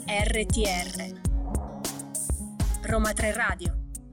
RTR Roma 3 Radio.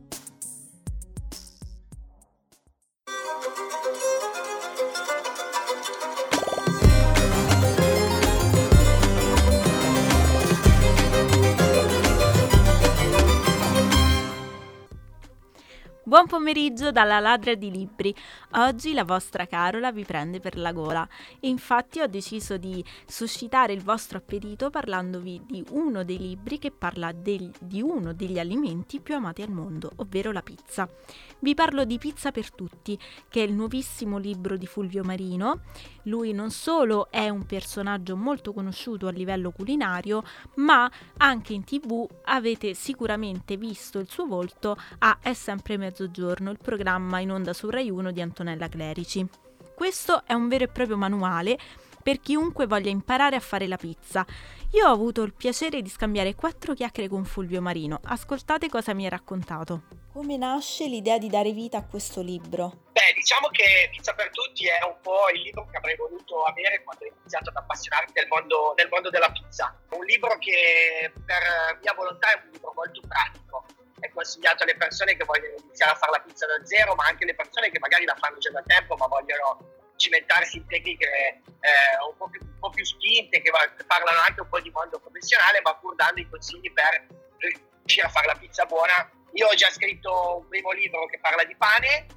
Buon pomeriggio dalla Ladra di Libri. Oggi la vostra Carola vi prende per la gola e infatti ho deciso di suscitare il vostro appetito parlandovi di uno dei libri che parla di uno degli alimenti più amati al mondo, ovvero la pizza. Vi parlo di Pizza per tutti, che è il nuovissimo libro di Fulvio Marino. Lui non solo è un personaggio molto conosciuto a livello culinario, ma anche in TV avete sicuramente visto il suo volto a È sempre mezzogiorno, il programma in onda su Rai 1 di Antonella Clerici. Questo è un vero e proprio manuale per chiunque voglia imparare a fare la pizza. Io ho avuto il piacere di scambiare 4 chiacchiere con Fulvio Marino. Ascoltate cosa mi ha raccontato. Come nasce l'idea di dare vita a questo libro? Diciamo che Pizza per tutti è un po' il libro che avrei voluto avere quando ho iniziato ad appassionarmi del mondo della pizza. Un libro che per mia volontà è un libro molto pratico. È consigliato alle persone che vogliono iniziare a fare la pizza da zero, ma anche alle persone che magari la fanno già da tempo ma vogliono cimentarsi in tecniche un po' più spinte, che parlano anche un po' di mondo professionale, ma pur dando i consigli per riuscire a fare la pizza buona. Io ho già scritto un primo libro che parla di pane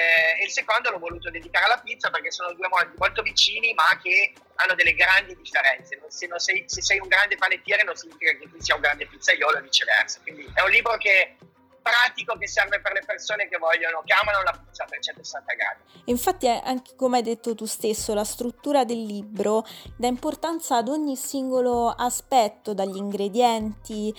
e il secondo l'ho voluto dedicare alla pizza perché sono due mondi molto vicini ma che hanno delle grandi differenze. Se sei un grande panettiere non significa che tu sia un grande pizzaiolo e viceversa. Quindi è un libro pratico che serve per le persone che amano la pizza a 360 gradi. Infatti, anche come hai detto tu stesso, la struttura del libro dà importanza ad ogni singolo aspetto, dagli ingredienti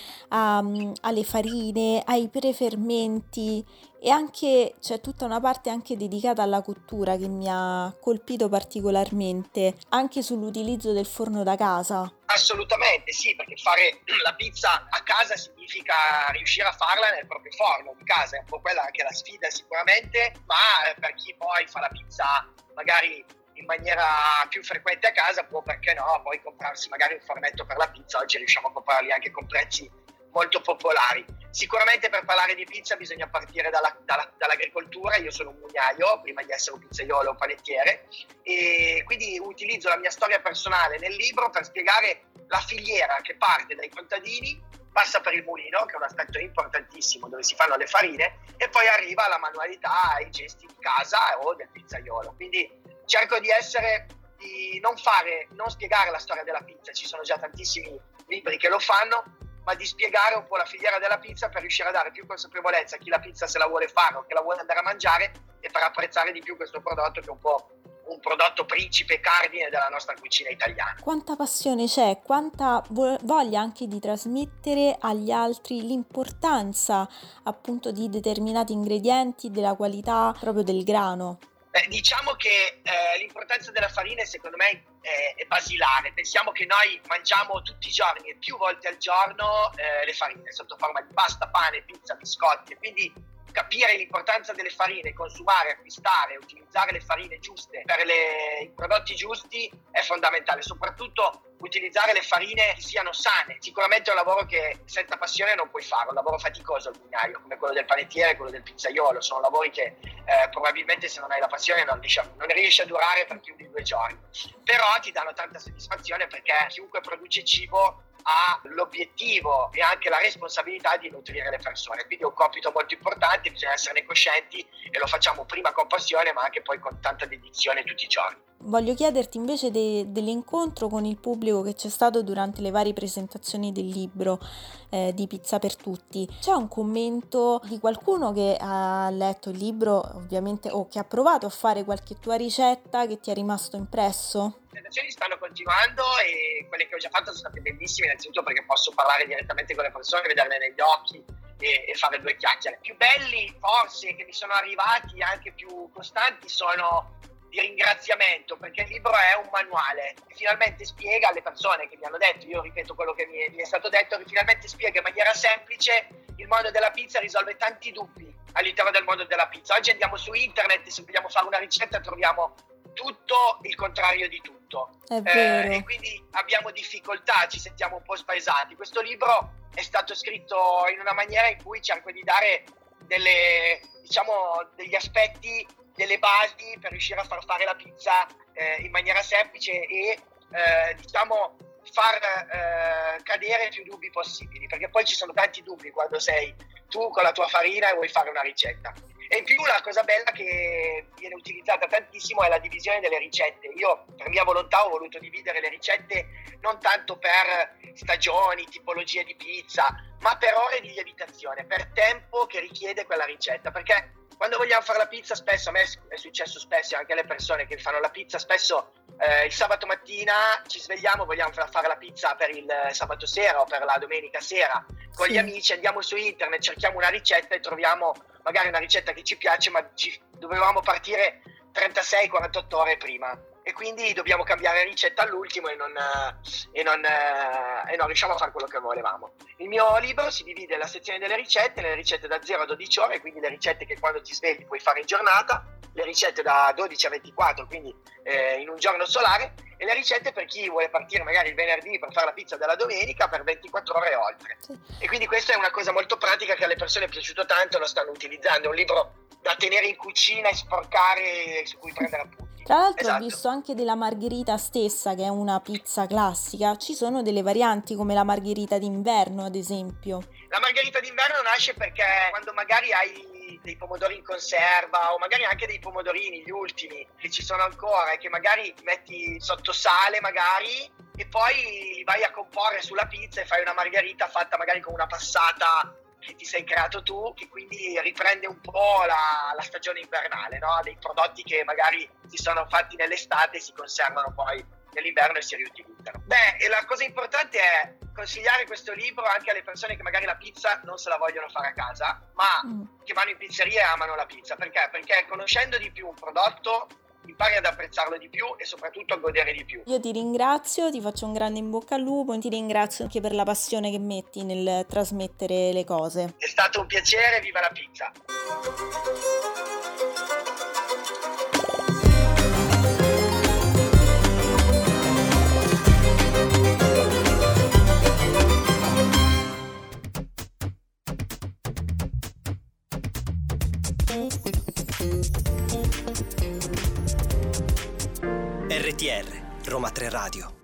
alle farine, ai prefermenti, e anche c'è tutta una parte anche dedicata alla cottura che mi ha colpito particolarmente, anche sull'utilizzo del forno da casa. Assolutamente sì, perché fare la pizza a casa significa riuscire a farla nel proprio forno di casa, è un po' quella anche la sfida sicuramente, ma per chi poi fa la pizza magari in maniera più frequente a casa può, perché no, poi comprarsi magari un fornetto per la pizza. Oggi riusciamo a comprarli anche con prezzi molto popolari. Sicuramente per parlare di pizza bisogna partire dall'agricoltura. Io sono un mugnaio prima di essere un pizzaiolo o panettiere e quindi utilizzo la mia storia personale nel libro per spiegare la filiera che parte dai contadini, passa per il mulino, che è un aspetto importantissimo dove si fanno le farine, e poi arriva alla manualità, ai gesti di casa o del pizzaiolo. Quindi cerco di non spiegare la storia della pizza, ci sono già tantissimi libri che lo fanno, ma di spiegare un po' la filiera della pizza per riuscire a dare più consapevolezza a chi la pizza se la vuole fare o che la vuole andare a mangiare, e per apprezzare di più questo prodotto che è un po' un prodotto principe cardine della nostra cucina italiana. Quanta passione c'è, quanta voglia anche di trasmettere agli altri l'importanza appunto di determinati ingredienti, della qualità proprio del grano. Diciamo che l'importanza della farina secondo me è basilare. Pensiamo che noi mangiamo tutti i giorni e più volte al giorno le farine sotto forma di pasta, pane, pizza, biscotti, e quindi capire l'importanza delle farine, consumare, acquistare, utilizzare le farine giuste per i prodotti giusti è fondamentale, soprattutto utilizzare le farine che siano sane. Sicuramente è un lavoro che senza passione non puoi fare, un lavoro faticoso il mugnaio, come quello del panettiere e quello del pizzaiolo. Sono lavori che probabilmente se non hai la passione non riesci a durare per più di 2 giorni, però ti danno tanta soddisfazione perché chiunque produce cibo ha l'obiettivo e anche la responsabilità di nutrire le persone, quindi è un compito molto importante, bisogna esserne coscienti e lo facciamo prima con passione ma anche poi con tanta dedizione tutti i giorni. Voglio chiederti invece dell'incontro con il pubblico che c'è stato durante le varie presentazioni del libro di Pizza per tutti. C'è un commento di qualcuno che ha letto il libro ovviamente o che ha provato a fare qualche tua ricetta che ti è rimasto impresso? Le presentazioni stanno continuando e quelle che ho già fatto sono state bellissime, innanzitutto perché posso parlare direttamente con le persone, vederle negli occhi e fare 2 chiacchiere. Più belli forse che mi sono arrivati, anche più costanti, sono di ringraziamento, perché il libro è un manuale che finalmente spiega alle persone che mi hanno detto, io ripeto quello che mi è stato detto, che finalmente spiega in maniera semplice il mondo della pizza, risolve tanti dubbi all'interno del mondo della pizza. Oggi andiamo su internet e se vogliamo fare una ricetta troviamo tutto il contrario di tutto. tutto. È vero. E quindi abbiamo difficoltà, ci sentiamo un po' spaesati. Questo libro è stato scritto in una maniera in cui cerco di dare degli aspetti, delle basi per riuscire a far fare la pizza in maniera semplice e far cadere più dubbi possibili, perché poi ci sono tanti dubbi quando sei tu con la tua farina e vuoi fare una ricetta. E in più la cosa bella che viene utilizzata tantissimo è la divisione delle ricette. Io per mia volontà ho voluto dividere le ricette non tanto per stagioni, tipologie di pizza, ma per ore di lievitazione, per tempo che richiede quella ricetta, perché quando vogliamo fare la pizza, spesso, a me è successo spesso, anche alle persone che fanno la pizza, spesso il sabato mattina ci svegliamo, vogliamo fare la pizza per il sabato sera o per la domenica sera con gli amici, andiamo su internet, cerchiamo una ricetta e troviamo magari una ricetta che ci piace, ma dovevamo partire 36-48 ore prima e quindi dobbiamo cambiare ricetta all'ultimo e non riusciamo a fare quello che volevamo. Il mio libro si divide nella sezione delle ricette, le ricette da 0 a 12 ore, quindi le ricette che quando ti svegli puoi fare in giornata, le ricette da 12 a 24, quindi in un giorno solare, e le ricette per chi vuole partire magari il venerdì per fare la pizza della domenica per 24 ore e oltre. Sì. E quindi questa è una cosa molto pratica che alle persone è piaciuto tanto, lo stanno utilizzando, è un libro da tenere in cucina e sporcare, su cui prendere appunti. Tra l'altro esatto. Ho visto anche della margherita stessa, che è una pizza classica. Ci sono delle varianti come la margherita d'inverno, ad esempio. La margherita d'inverno nasce perché quando magari hai dei pomodori in conserva o magari anche dei pomodorini, gli ultimi, che ci sono ancora e che magari metti sotto sale magari e poi li vai a comporre sulla pizza e fai una margherita fatta magari con una passata che ti sei creato tu, che quindi riprende un po' la stagione invernale, no? Dei prodotti che magari si sono fatti nell'estate e si conservano poi nell'inverno e si riutilizzano. E la cosa importante è consigliare questo libro anche alle persone che magari la pizza non se la vogliono fare a casa, ma che vanno in pizzeria e amano la pizza. Perché? Perché conoscendo di più un prodotto impari ad apprezzarlo di più e soprattutto a godere di più. Io ti ringrazio, ti faccio un grande in bocca al lupo e ti ringrazio anche per la passione che metti nel trasmettere le cose. È stato un piacere, viva la pizza! RTR, Roma 3 Radio.